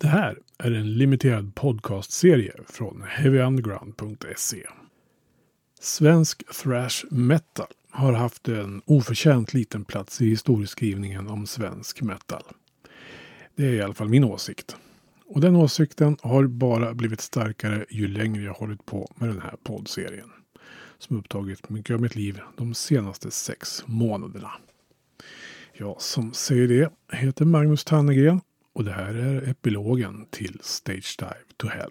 Det här är en limiterad podcastserie från heavyunderground.se. Svensk thrash metal har haft en oförtjänt liten plats i historieskrivningen om svensk metal. Det är i alla fall min åsikt. Och den åsikten har bara blivit starkare ju längre jag hållit på med den här poddserien, som upptagit mycket av mitt liv de senaste 6 månaderna. Jag som säger det heter Magnus Tannegren och det här är epilogen till Stage Dive to Hell.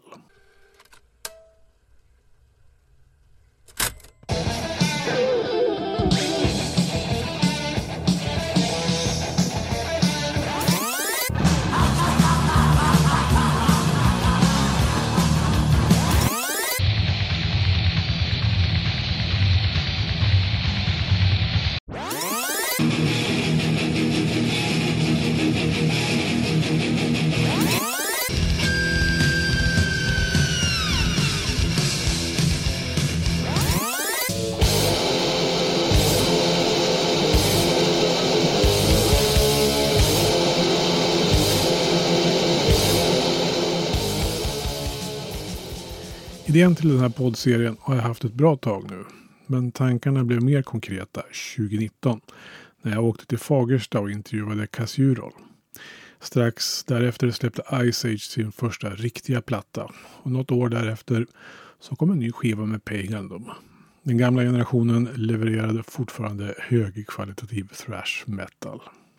Idén till den här poddserien har jag haft ett bra tag nu, men tankarna blev mer konkreta 2019 när jag åkte till Fagersta och intervjuade Casural. Strax därefter släppte Ice Age sin första riktiga platta och något år därefter så kom en ny skiva med Pagan. Den gamla generationen levererade fortfarande högkvalitativ thrash metal.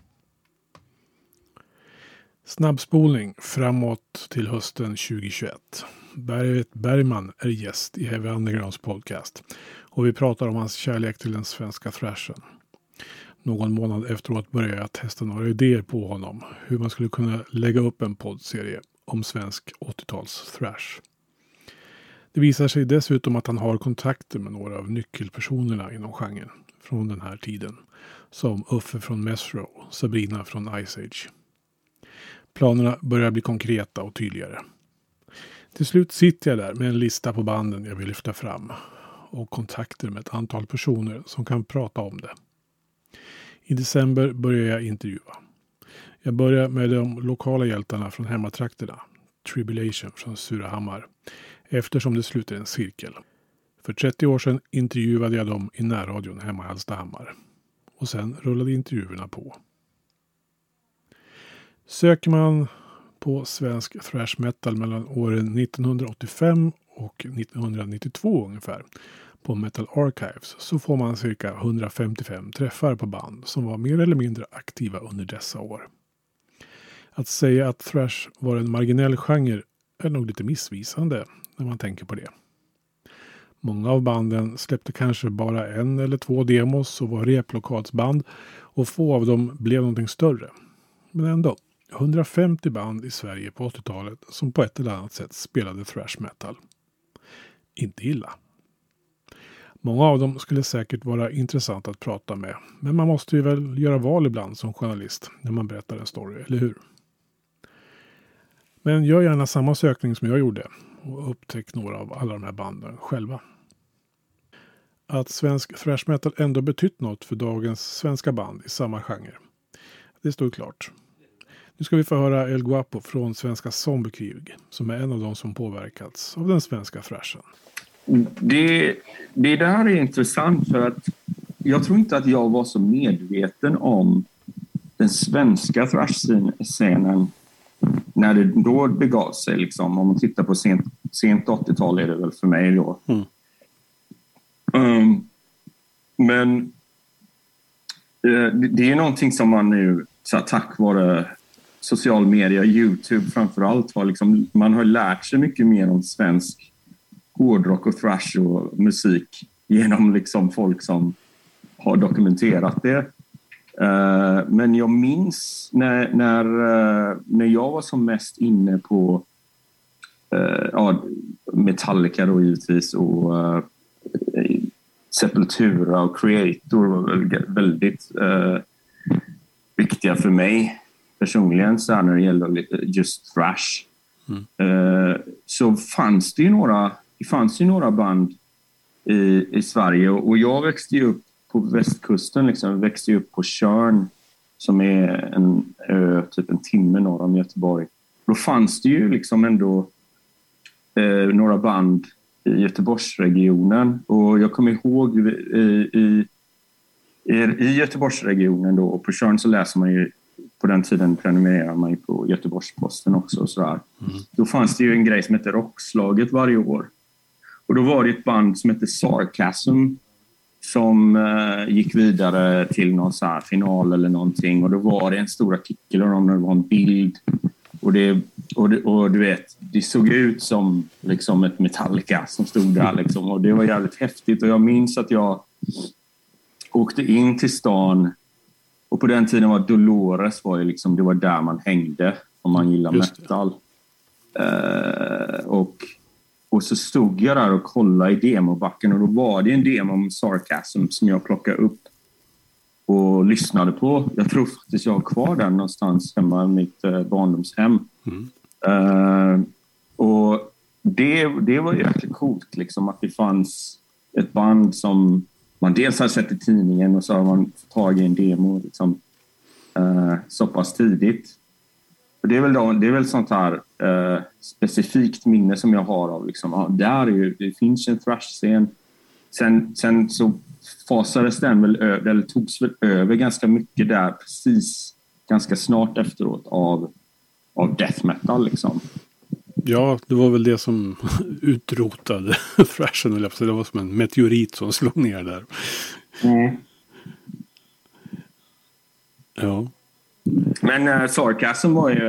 Snabbspolning framåt till hösten 2021. Berget Bergman är gäst i Heavy Undergrounds podcast och vi pratar om hans kärlek till den svenska thrashen. Någon månad efteråt började jag testa några idéer på honom hur man skulle kunna lägga upp en poddserie om svensk 80-tals thrash. Det visar sig dessutom att han har kontakter med några av nyckelpersonerna inom genren från den här tiden, som Uffe från Mesro, Sabrina från Ice Age. Planerna börjar bli konkreta och tydligare. Till slut sitter jag där med en lista på banden jag vill lyfta fram och kontakter med ett antal personer som kan prata om det. I december börjar jag intervjua. Jag börjar med de lokala hjältarna från hemmatrakterna, Tribulation från Surahammar, eftersom det slutar en cirkel. För 30 år sedan intervjuade jag dem i närradion hemma i Hallstahammar. Och sen rullade intervjuerna på. Söker man på svensk thrash metal mellan åren 1985 och 1992 ungefär på Metal Archives så får man cirka 155 träffar på band som var mer eller mindre aktiva under dessa år. Att säga att thrash var en marginell genre är nog lite missvisande när man tänker på det. Många av banden släppte kanske bara 1 eller 2 demos och var replokatsband och få av dem blev någonting större. Men ändå. 150 band i Sverige på 80-talet som på ett eller annat sätt spelade thrash metal. Inte illa. Många av dem skulle säkert vara intressant att prata med, men man måste ju väl göra val ibland som journalist när man berättar en story, eller hur? Men gör gärna samma sökning som jag gjorde och upptäck några av alla de här banden själva. Att svensk thrash metal ändå betytt något för dagens svenska band i samma genre. Det står klart. Nu ska vi få höra El Guapo från svenska Zombiekrig som är en av de som påverkats av den svenska thrashen. Det där är intressant för att jag tror inte att jag var så medveten om den svenska thrash-scenen när det då begav sig. Liksom. Om man tittar på sent 80-tal är det väl för mig då. Men det är någonting som man nu så tack vare social media, YouTube framförallt har liksom, man har lärt sig mycket mer om svensk hårdrock och thrash och musik genom liksom folk som har dokumenterat det. Men jag minns när jag var som mest inne på Metallica då givetvis och Sepultura och Creator var väldigt viktiga för mig personligen så här när det gäller just thrash. Så fanns det ju några band i Sverige och jag växte ju upp på västkusten liksom, växte upp på Tjörn som är en ö typ en timme norr om Göteborg. Då fanns det ju liksom ändå några band i Göteborgsregionen. Och jag kommer ihåg i Göteborgsregionen då, och på Tjörn så läser man ju, på den tiden prenumererar man ju på Göteborgsposten också och sådär. Då fanns det ju en grej som hette Rockslaget varje år. Och då var det ett band som hette Sarcasm som gick vidare till någon så här final eller någonting. Och då var det en stor artikel om det var en bild. Och du vet, det såg ut som liksom ett Metallica som stod där liksom. Och det var jävligt häftigt. Och jag minns att jag åkte in till stan. Och på den tiden var Dolores, var ju liksom, det var där man hängde om man gillar metal. Och så stod jag där och kollade i demobacken, och då var det en demo om Sarcasm som jag plockade upp och lyssnade på. Jag tror faktiskt jag har kvar den någonstans hemma i mitt barndomshem. Och det var ju jäkligt coolt liksom, att det fanns ett band som man dels har sett i tidningen och så har man fått tag i en demo liksom, så pass tidigt. Och det är väl sånt här specifikt minne som jag har av liksom, det finns en thrash-scen. Sen så fasades den väl eller togs väl över ganska mycket där precis ganska snart efteråt av death metal liksom. Ja, det var väl det som utrotade thrashen, eller det var som en meteorit som slog ner där. Ja. Men Sarcasm var ju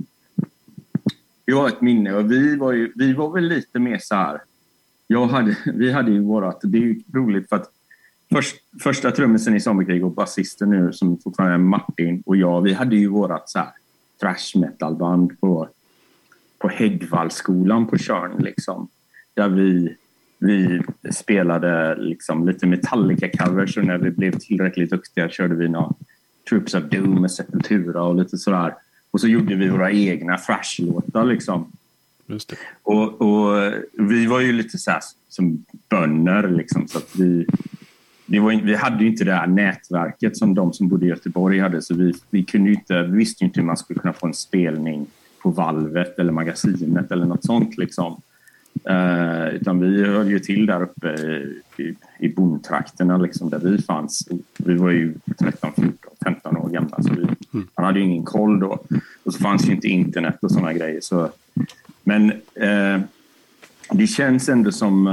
ett minne, och vi var väl lite mer så här. Vi hade ju det är ju roligt för att första trummisen i Zombiekrig och basisten nu som fortfarande är Martin och jag, vi hade ju vårat så här thrash metal band på Häggvallskolan på Tjörn liksom, där vi spelade liksom lite Metallica-covers, och när vi blev tillräckligt duktiga körde vi några Troops of Doom med Sepultura och lite sådär. Och så gjorde vi våra egna thrash-låtar liksom. Just det. Och vi var ju lite så här som bönder liksom, så att vi hade ju inte det här nätverket som de som bodde i Göteborg hade, så vi visste ju inte hur man skulle kunna få en spelning på Valvet eller Magasinet eller något sånt liksom. Utan vi höll ju till där uppe i bondtrakterna liksom, där vi fanns. Vi var ju 13, 14, 15 år gamla, så man hade ju ingen koll då. Och så fanns ju inte internet och såna grejer. Så. Men det känns ändå som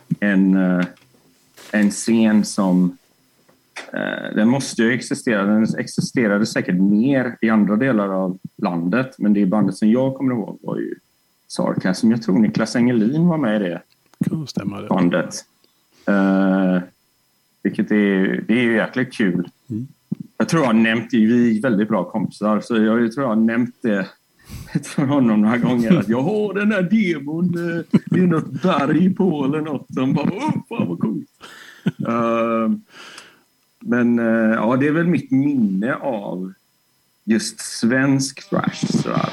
en scen som den måste ju existera. Den existerade säkert mer i andra delar av landet, men det bandet som jag kommer ihåg var ju Sarcasm. Jag tror Niklas Engelin var med i det bandet. Vilket det är ju jäkligt kul. Jag tror jag har nämnt det, vi är väldigt bra kompisar, så jag tror jag har nämnt det för honom några gånger, att jag har den här demon, det är något berg på eller något, som bara, fan vad coolt. Men ja, det är väl mitt minne av just svensk thrash sådär.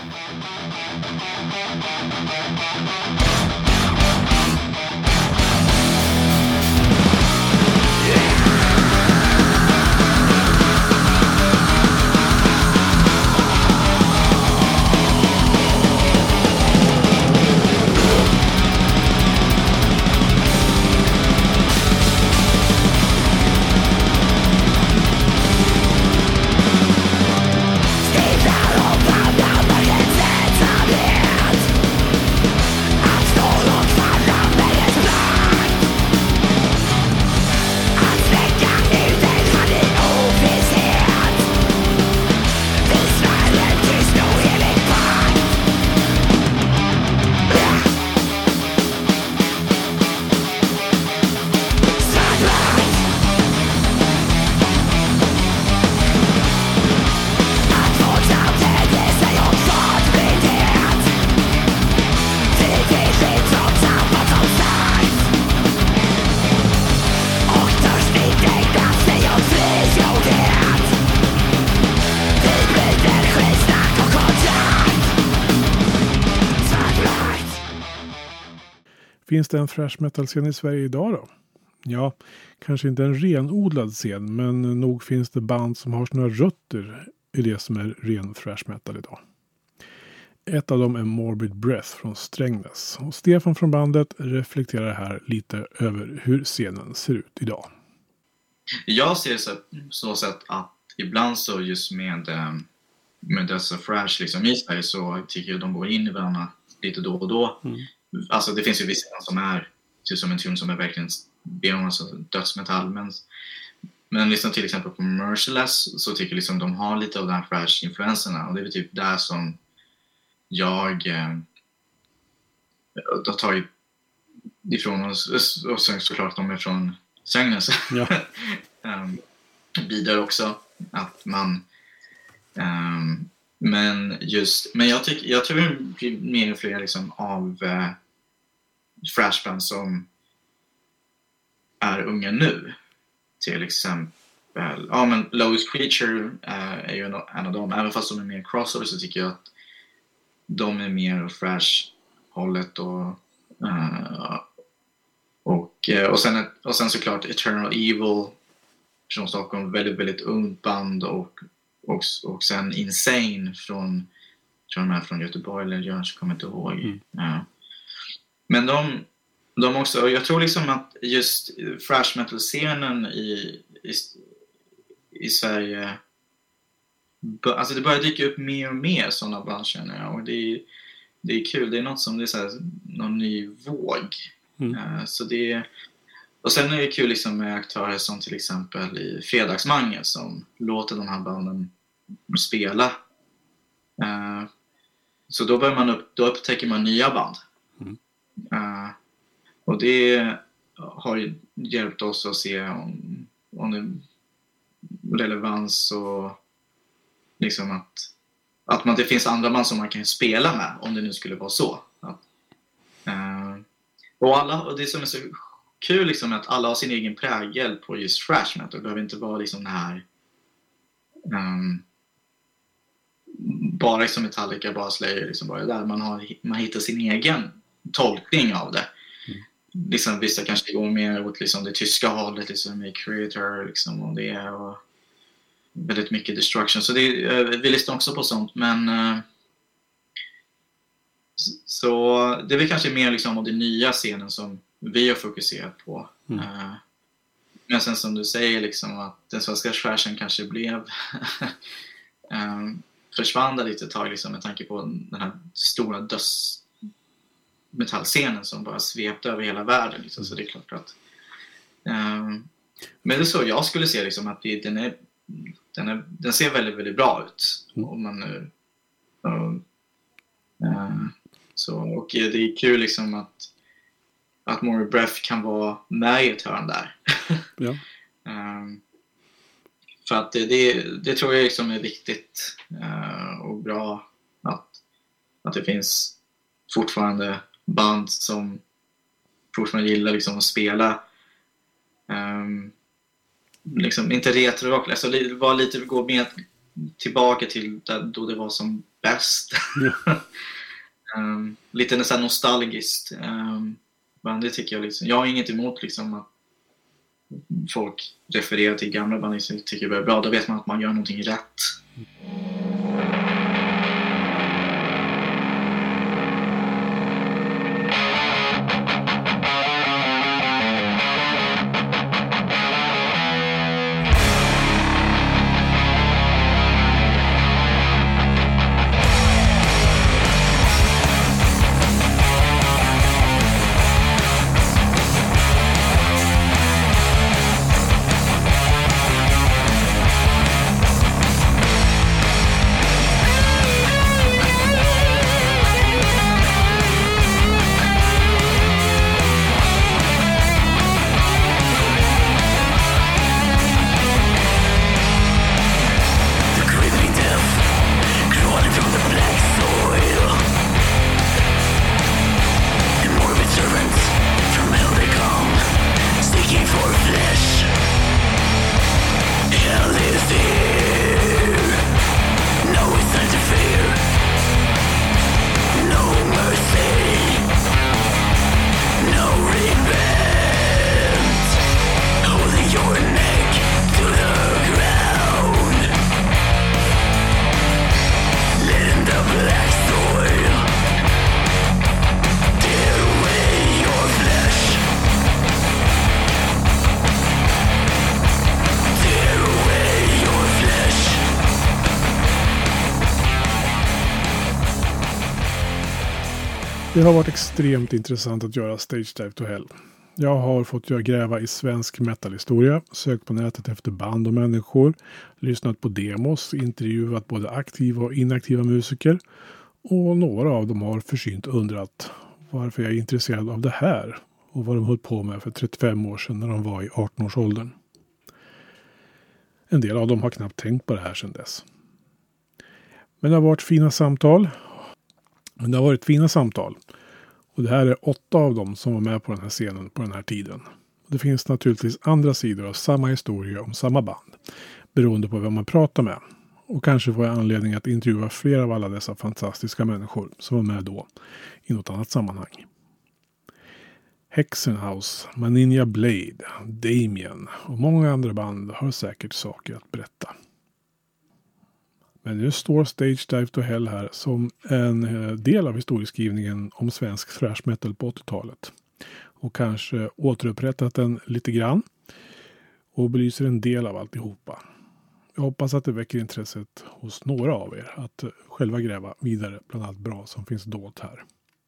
Finns det en thrash metal-scen i Sverige idag då? Ja, kanske inte en renodlad scen, men nog finns det band som har sina rötter i det som är ren thrash metal idag. Ett av dem är Morbid Breath från Strängnäs. Och Stefan från bandet reflekterar här lite över hur scenen ser ut idag. Jag ser så sätt att ibland så just med dessa thrash liksom i Sverige så tycker jag de går in i varandra lite då och då. Alltså det finns ju vissa som är typ som en tune som är verkligen alltså dödsmetall, men liksom till exempel på Merciless så tycker jag liksom de har lite av den här thrash-influenserna, och det är typ där som jag har tagit ifrån oss, och sen såklart de är från Strängnäs. Ja. Vidare också att man men jag tror det blir mer och fler liksom av thrashband som är unga nu, till exempel men Lowest Creature är ju en av dem. Även fast de är mer crossover så tycker jag att de är mer thrash-hållet och sen såklart Eternal Evil från Stockholm, väldigt, väldigt ungt band, och sen Insane från Göteborg eller Jönköping, kommer inte ihåg. Men de också, jag tror liksom att just thrash metal-scenen i Sverige, alltså det börjar dyka upp mer och mer sådana band, känner jag, och det är kul. Det är något som det är så här, någon ny våg. Så det, och sen är det kul liksom med aktörer som till exempel i Fredagsmangel som låter de här banden spela. Så då upptäcker man nya band. Och det har hjälpt oss att se om det är relevans, och liksom att det finns andra band som man kan spela med, om det nu skulle vara så. Och det som är så kul liksom, att alla har sin egen prägel på just thrash metal. Det behöver inte vara liksom det här bara liksom Metallica, bara Slayer, liksom bara där. Man hittar sin egen tolkning av det. Liksom, vissa kanske går mer åt liksom det tyska hållet, liksom med Creator liksom, och det är väldigt mycket Destruction. Så vi lyssnar också på sånt, men så det är väl kanske mer liksom av den nya scenen som vi har fokuserat på. Men sen som du säger liksom, att den svenska thrashen kanske blev försvann lite ett tag liksom, med tanke på den här stora dödsmetallscenen som bara svepte över hela världen liksom. Så det är klart att men det är så jag skulle se liksom, att den ser väldigt, väldigt bra ut om man nu så, och det är kul liksom att Morbid Breath kan vara med i ett hörn där. Ja. För att det tror jag liksom är viktigt och bra att det finns fortfarande band som fortfarande gillar liksom att spela liksom inte retro-rock, alltså gå mer tillbaka till då det var som bäst. Lite nästan nostalgiskt. Men det tycker jag liksom, jag har inget emot liksom att folk refererar till gamla band som tycker det är bra. Då vet man att man gör någonting rätt. Det har varit extremt intressant att göra Stage Dive to Hell. Jag har fått gräva i svensk metalhistoria, sökt på nätet efter band och människor, lyssnat på demos, intervjuat både aktiva och inaktiva musiker och några av dem har försynt undrat varför jag är intresserad av det här och vad de höll på med för 35 år sedan när de var i 18-årsåldern. En del av dem har knappt tänkt på det här sedan dess. Men det har varit fina samtal. Och det här är 8 av dem som var med på den här scenen på den här tiden. Det finns naturligtvis andra sidor av samma historia om samma band. Beroende på vem man pratar med. Och kanske får jag anledning att intervjua flera av alla dessa fantastiska människor som var med då i något annat sammanhang. Hexenhouse, Maninja Blade, Damien och många andra band har säkert saker att berätta. Men nu står Stage Dive to Hell här som en del av historieskrivningen om svensk thrash metal på 80-talet. Och kanske återupprättat den lite grann och belyser en del av alltihopa. Jag hoppas att det väcker intresset hos några av er att själva gräva vidare bland allt bra som finns dolt här.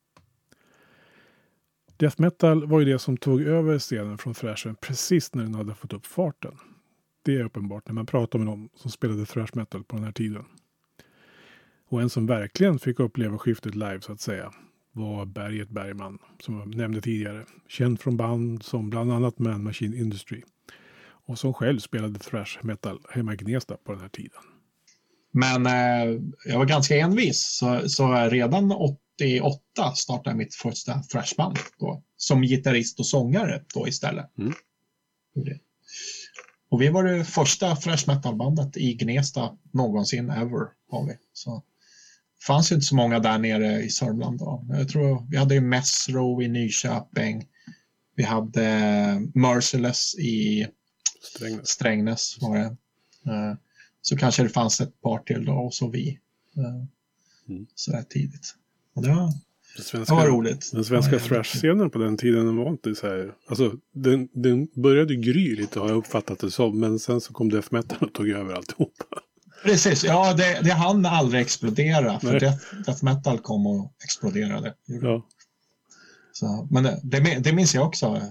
Death metal var ju det som tog över scenen från thrashen precis när den hade fått upp farten. Det är uppenbart när man pratar med någon som spelade thrash metal på den här tiden. Och en som verkligen fick uppleva skiftet live så att säga var Berget Bergman som jag nämnde tidigare. Känd från band som bland annat Man Machine Industry. Och som själv spelade thrash metal hemma i Gnesta på den här tiden. Men jag var ganska envis så redan 88 startade jag mitt första thrashband då, som gitarrist och sångare då istället. Mm. Och vi var det första thrash metal-bandet i Gnesta någonsin ever har vi. Så fanns ju inte så många där nere i Sörmland då. Jag tror vi hade ju Messro i Nyköping. Vi hade Merciless i Strängnäs var det. Så kanske det fanns ett par till då och så vi. Så där tidigt. Och det var roligt. Den svenska thrash-scenen på den tiden var inte så här. Alltså den började gry lite har jag uppfattat det som. Men sen så kom death metal och tog över alltihopa. Precis, ja det hann aldrig explodera. För death metal kom och exploderade. Ja. Så, men det minns jag också.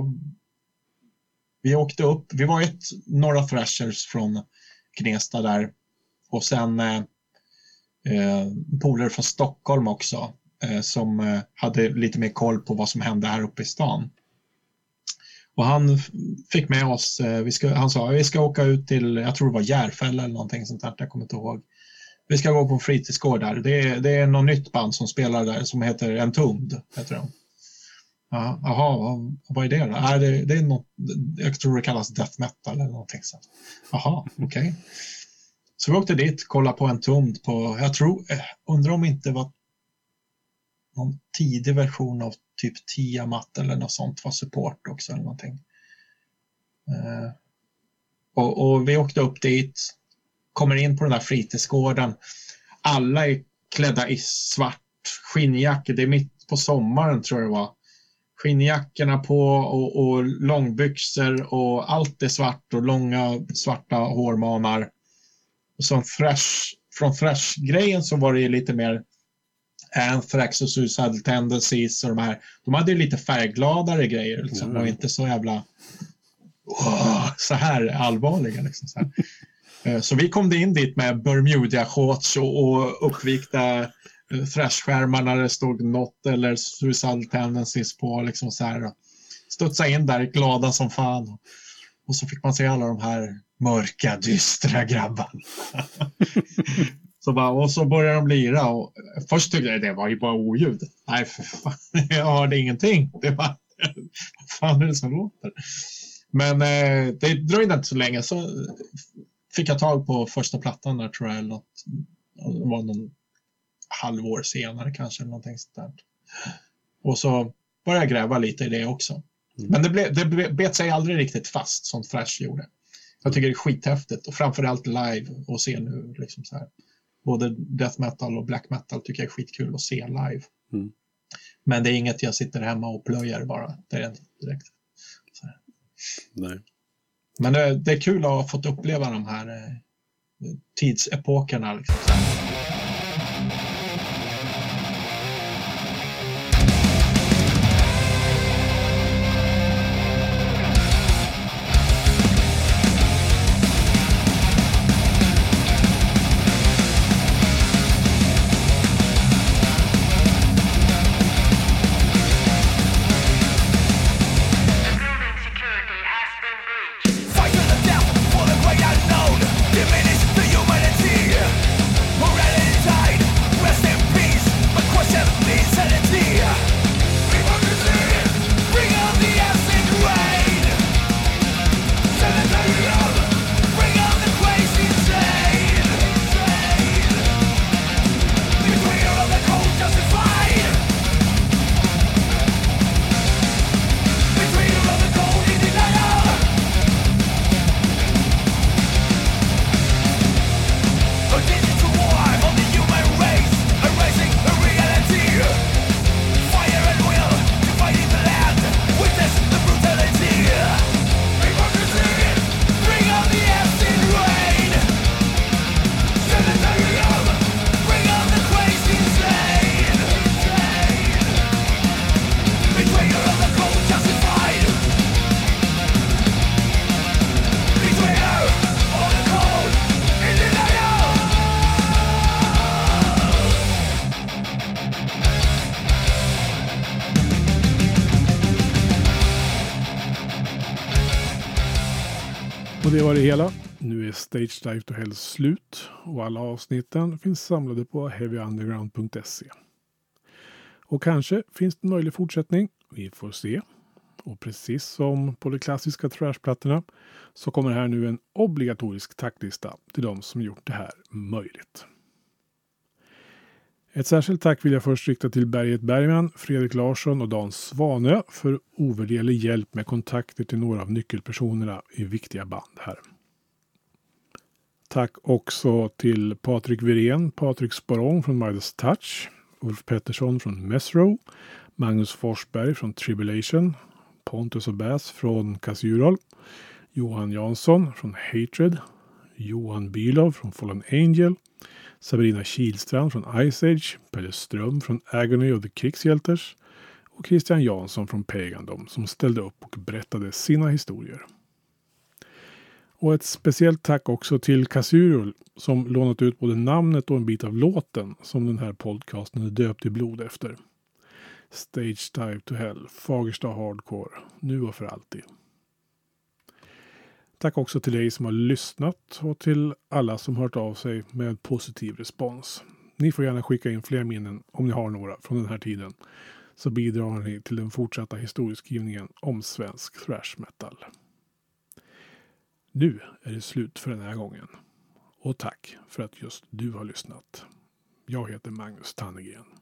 Vi åkte upp, vi var några thrashers från Gnesta där. Och sen polare från Stockholm också. Som hade lite mer koll på vad som hände här uppe i stan. Och han fick med oss, han sa vi ska åka ut till, jag tror det var Järfälla eller någonting sånt där, jag kommer inte ihåg. Vi ska gå på en fritidsgård där. Det är något nytt band som spelar där som heter Entombed, heter de. Jaha, vad är det då? Det är något, jag tror det kallas death metal eller någonting sånt. Jaha, okej. Okay. Så vi åkte dit, kollade på Entombed på, undrar om inte var någon tidig version av typ Tiamat eller något sånt var support också eller någonting. Och vi åkte upp dit, kommer in på den där fritidsgården. Alla är klädda i svart skinnjackor. Det är mitt på sommaren tror jag det var. Skinnjackorna på och långbyxor och allt är svart och långa svarta hårmanar. Och som från thrash-grejen så var det lite mer Anthrax och Suicidal Tendencies och de här. De hade ju lite färggladare grejer liksom, och inte så jävla så här allvarliga liksom, så här. Så vi kom in dit med Bermuda-shorts och uppvikta thrashskärmar när det stod något eller Suicidal Tendencies på liksom så här, och studsa in där glada som fan och så fick man se alla de här mörka, dystra grabbarna. Och så började de lira och först tyckte jag det var ju bara oljud. Nej för fan, jag hörde ingenting. Det var, vad fan är det som låter? Men det dröjde inte så länge så fick jag tag på första plattan där tror jag eller något. Det var någon halvår senare kanske eller någonting sånt där. Och så började jag gräva lite i det också. Men det bet sig aldrig riktigt fast som thrash gjorde. Jag tycker det är skithäftigt och framförallt live och se nu liksom så här. Både death metal och black metal tycker jag är skitkul att se live. Men det är inget jag sitter hemma och plöjer bara. Det är inte direkt. Så här. Nej. Men det är kul att ha fått uppleva de här tidsepokerna liksom så här. det var det hela. Nu är Stage Dive to Hell slut och alla avsnitten finns samlade på heavyunderground.se. Och kanske finns det en möjlig fortsättning. Vi får se. Och precis som på de klassiska thrashplattorna så kommer här nu en obligatorisk tacklista till de som gjort det här möjligt. Ett särskilt tack vill jag först rikta till Berget Bergman, Fredrik Larsson och Dan Svanö för ovärderlig hjälp med kontakter till några av nyckelpersonerna i viktiga band här. Tack också till Patrik Wirén, Patrik Sporrong från Midas Touch, Ulf Pettersson från Mesro, Magnus Forsberg från Tribulation, Pontus och Bass från Casural, Johan Jansson från Hatred, Johan Bylov från Fallen Angel, Sabrina Kihlstrand från Ice Age, Pelle Ström från Agony of the Krigshjälters och Christian Jansson från Pagandom som ställde upp och berättade sina historier. Och ett speciellt tack också till Casural som lånat ut både namnet och en bit av låten som den här podcasten är döpt i blod efter. Stage Dive to Hell, Fagersta Hardcore, nu och för alltid. Tack också till dig som har lyssnat och till alla som hört av sig med positiv respons. Ni får gärna skicka in fler minnen om ni har några från den här tiden, så bidrar ni till den fortsatta historieskrivningen om svensk thrash metal. Nu är det slut för den här gången. Och tack för att just du har lyssnat. Jag heter Magnus Tannegren.